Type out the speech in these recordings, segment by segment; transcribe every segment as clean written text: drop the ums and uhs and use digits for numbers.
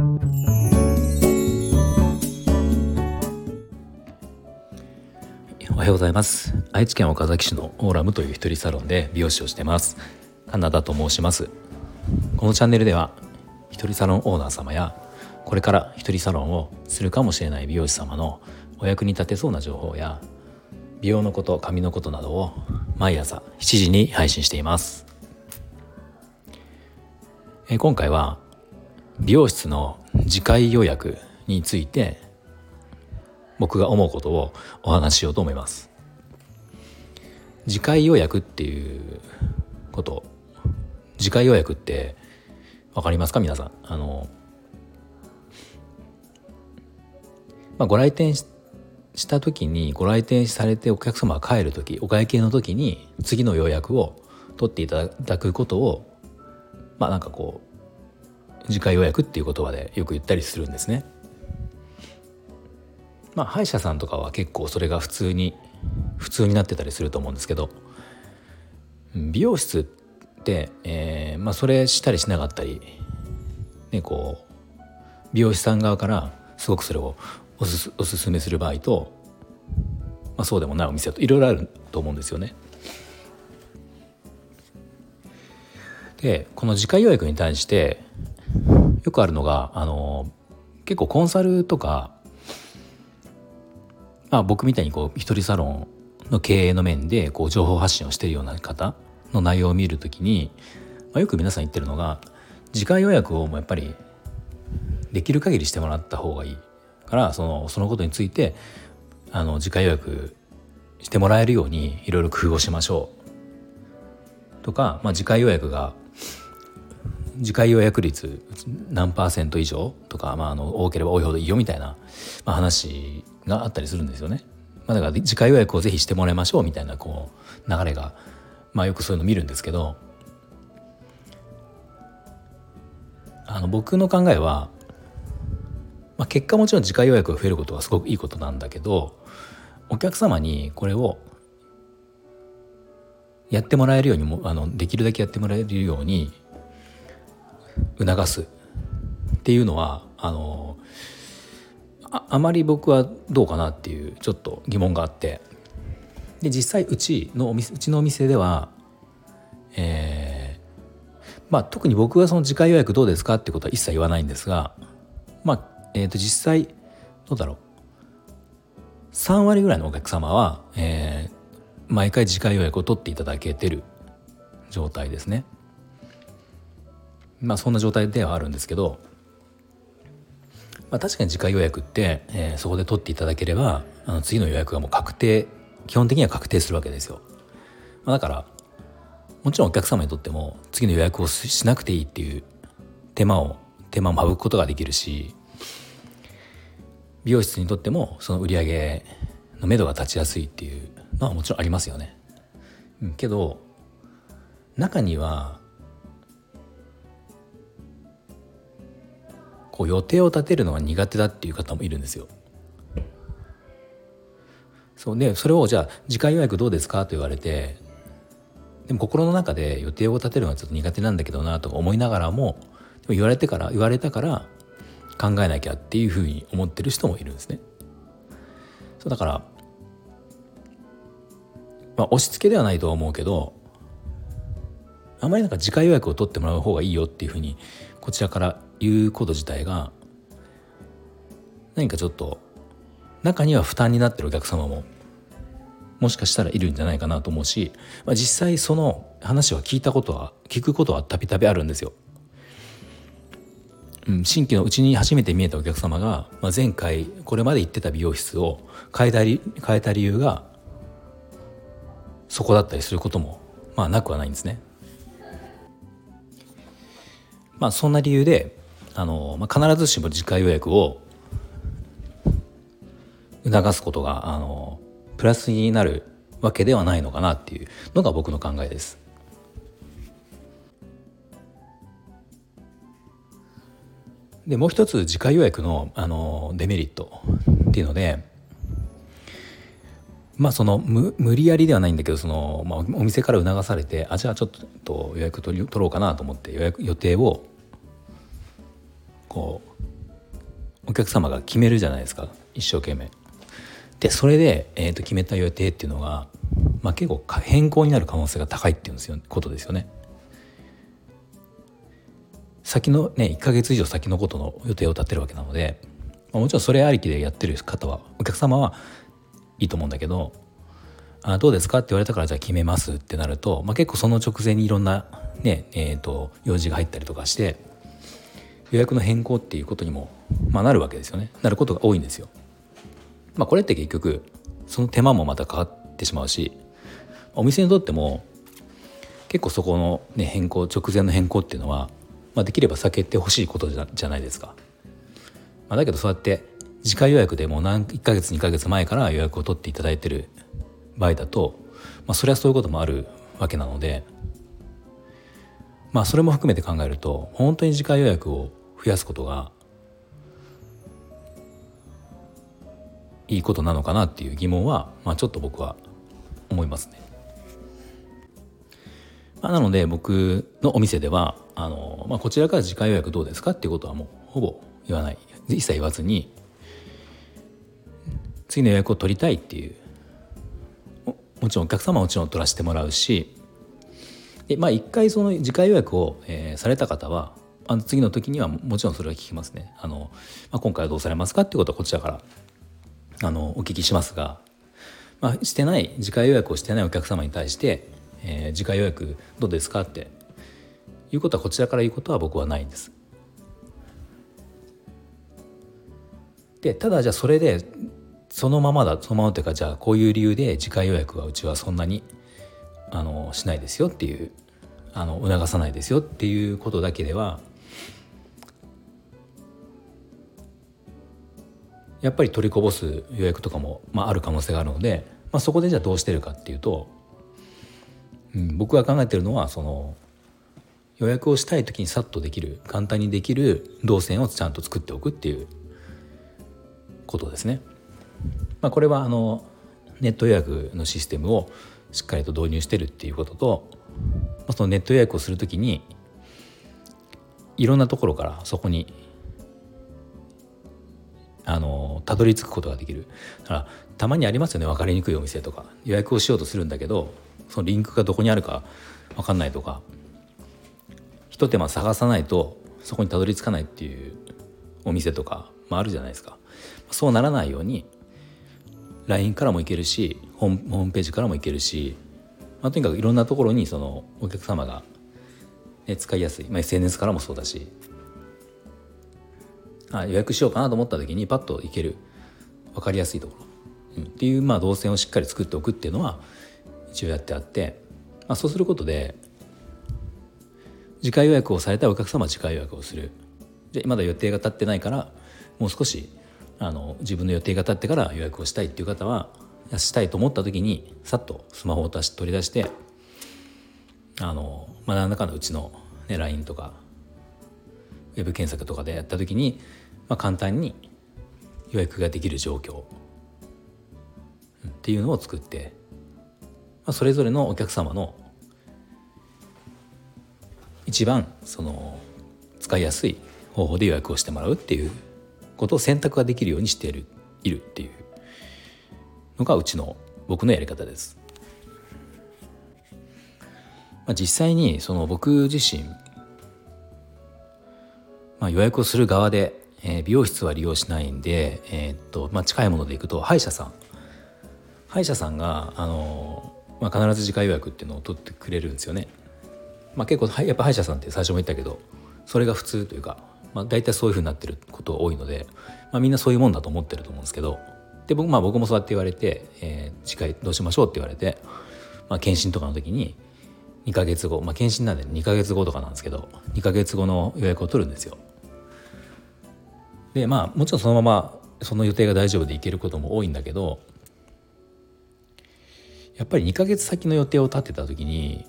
おはようございます。愛知県岡崎市のオーラムという一人サロンで美容師をしていますカナダと申します。このチャンネルでは一人サロンオーナー様やこれから一人サロンをするかもしれない美容師様のお役に立てそうな情報や美容のこと、髪のことなどを毎朝7時に配信しています。今回は美容室の次回予約について僕が思うことをお話ししようと思います。次回予約っていうこと、次回予約って分かりますか皆さん。ご来店した時に、ご来店されてお客様が帰る時、お会計の時に次の予約を取っていただくことを次回予約っていう言葉でよく言ったりするんですね。歯医者さんとかは結構それが普通になってたりすると思うんですけど、美容室って、それしたりしなかったり、美容師さん側からすごくそれをおすすめする場合と、そうでもないお店といろいろあると思うんですよね。で、この次回予約に対してよくあるのが結構コンサルとか、僕みたいに一人サロンの経営の面で情報発信をしているような方の内容を見るときに、よく皆さん言ってるのが、次回予約をやっぱりできる限りしてもらった方がいいからそのことについて次回予約してもらえるようにいろいろ工夫をしましょうとか、次回予約率何%以上とか、多ければ多いほどいいよみたいな、話があったりするんですよね。だから次回予約をぜひしてもらいましょうみたいな流れが、よくそういうの見るんですけど、僕の考えは、結果もちろん次回予約が増えることはすごくいいことなんだけど、お客様にこれをやってもらえるようにもできるだけやってもらえるように促すっていうのはあまり僕はどうかなっていうちょっと疑問があって、で実際うちのお店では、特に僕はその次回予約どうですかってことは一切言わないんですが、実際どうだろう、3割ぐらいのお客様は、毎回次回予約を取っていただけてる状態ですね。そんな状態ではあるんですけど、確かに次回予約って、そこで取っていただければ次の予約がもう基本的には確定するわけですよ。だからもちろんお客様にとっても次の予約をしなくていいっていう手間を省くことができるし、美容室にとってもその売り上げの目処が立ちやすいっていうのはもちろんありますよね。けど中には予定を立てるのが苦手だっていう方もいるんですよ。そうで、それをじゃあ次回予約どうですかと言われて、でも心の中で予定を立てるのはちょっと苦手なんだけどなと思いながらも、でも言われたから考えなきゃっていうふうに思ってる人もいるんですね。そうだから、押し付けではないとは思うけど、あまり次回予約を取ってもらう方がいいよっていうふうにこちらから言うこと自体が何かちょっと中には負担になってるお客様ももしかしたらいるんじゃないかなと思うし、実際その話は聞くことはたびたびあるんですよ。新規のうちに初めて見えたお客様が、前回これまで行ってた美容室を変えた理由がそこだったりすることもなくはないんですね。そんな理由で必ずしも次回予約を促すことがプラスになるわけではないのかなっていうのが僕の考えです。でもう一つ次回予約の、デメリットっていうので、その無理やりではないんだけど、お店から促されてじゃあちょっと予約取ろうかなと思って予定をお客様が決めるじゃないですか、一生懸命。でそれで、決めた予定っていうのが、結構変更になる可能性が高いっていうんですよ、ことですよね。先のね1ヶ月以上先のことの予定を立てるわけなので、もちろんそれありきでやってる方は、お客様はいいと思うんだけど、どうですかって言われたからじゃあ決めますってなると、結構その直前にいろんなね用事が入ったりとかして予約の変更っていうことにも、なるわけですよね。なることが多いんですよ。これって結局その手間もまたかかってしまうし、お店にとっても結構そこの、変更、直前の変更っていうのは、できれば避けてほしいことじゃないですか。だけどそうやって次回予約でもう1ヶ月2ヶ月前から予約を取っていただいてる場合だと、それはそういうこともあるわけなので、それも含めて考えると本当に次回予約を増やすことがいいことなのかなっていう疑問は、ちょっと僕は思いますね。なので僕のお店ではこちらから次回予約どうですかっていうことはもうほぼ言わない、一切言わずに、次の予約を取りたいっていう、もちろんお客様はもちろん取らせてもらうし、で一回その次回予約を、された方は次の時にはもちろんそれは聞きますね。今回はどうされますかっていうことはこちらからお聞きしますが、してない次回予約をしてないお客様に対して、次回予約どうですかっていうことはこちらから言うことは僕はないんです。でただじゃあそれでそのままというか、じゃあこういう理由で次回予約はうちはそんなにしないですよっていう、促さないですよっていうことだけではやっぱり取りこぼす予約とかも、ある可能性があるので、そこでじゃあどうしてるかっていうと、僕が考えてるのはその予約をしたい時にさっとできる、簡単にできる動線をちゃんと作っておくっていうことですね。これはネット予約のシステムをしっかりと導入してるっていうことと、そのネット予約をするときにいろんなところからそこにたどり着くことができる。だからたまにありますよね、分かりにくいお店とか、予約をしようとするんだけどそのリンクがどこにあるか分かんないとか、一手間探さないとそこにたどり着かないっていうお店とか、あるじゃないですか。そうならないように LINE からも行けるし、ホームページからも行けるし、とにかくいろんなところにそのお客様が、使いやすい、SNS からもそうだし、予約しようかなと思った時にパッと行ける分かりやすいところ、っていう動線をしっかり作っておくっていうのは一応やってあって、そうすることで次回予約をされたお客様は次回予約をする。でまだ予定が立ってないからもう少し自分の予定が立ってから予約をしたいっていう方は、したいと思った時にさっとスマホを取り出して何らかのうちの、LINE とかウェブ検索とかでやった時に、簡単に予約ができる状況っていうのを作って、それぞれのお客様の一番その使いやすい方法で予約をしてもらうっていうことを選択ができるようにしているっていうのが僕のやり方です。実際にその僕自身、予約をする側で、美容室は利用しないんで、近いものでいくと歯医者さんが必ず次回予約っていうのを取ってくれるんですよね。結構やっぱ歯医者さんって最初も言ったけどそれが普通というか、大体そういう風になってることが多いので、みんなそういうもんだと思ってると思うんですけど、で僕もそうやって言われて、次回どうしましょうって言われて、検診とかの時に2ヶ月後、検診なんで2ヶ月後とかなんですけど2ヶ月後の予約を取るんですよ。でもちろんそのままその予定が大丈夫で行けることも多いんだけど、やっぱり2ヶ月先の予定を立てた時に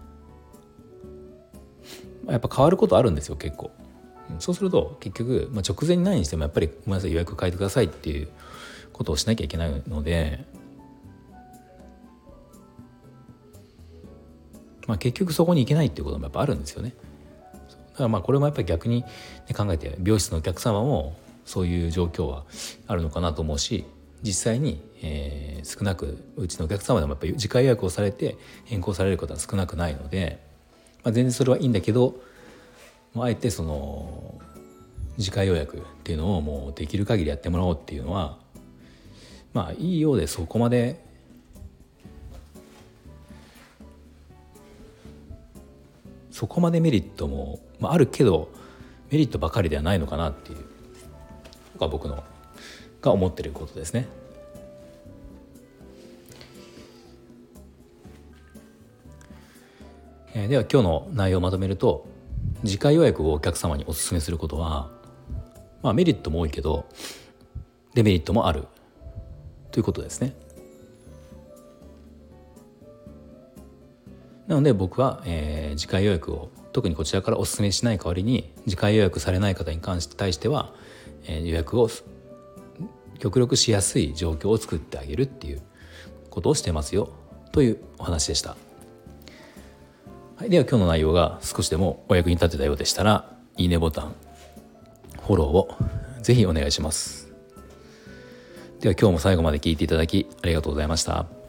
やっぱ変わることあるんですよ結構。そうすると結局、直前に何にしてもやっぱりごめんなさい予約変えてくださいっていうことをしなきゃいけないので、結局そこに行けないっていうこともやっぱあるんですよね。だからこれもやっぱり逆に、考えて美容室のお客様もそういう状況はあるのかなと思うし、実際に、少なくうちのお客様でもやっぱり次回予約をされて変更されることは少なくないので、全然それはいいんだけど、あえてその次回予約っていうのをもうできる限りやってもらおうっていうのは、いいようでそこまでメリットも、あるけどメリットばかりではないのかなっていうのが僕のが思っていることですね。では今日の内容をまとめると、次回予約をお客様にお勧めすることは、メリットも多いけどデメリットもあるということですね。なので僕は、次回予約を特にこちらからお勧めしない代わりに、次回予約されない方に対しては、予約を極力しやすい状況を作ってあげるっていうことをしてますよというお話でした。はい、では今日の内容が少しでもお役に立てたようでしたら、いいねボタン、フォローをぜひお願いします。では今日も最後まで聞いていただきありがとうございました。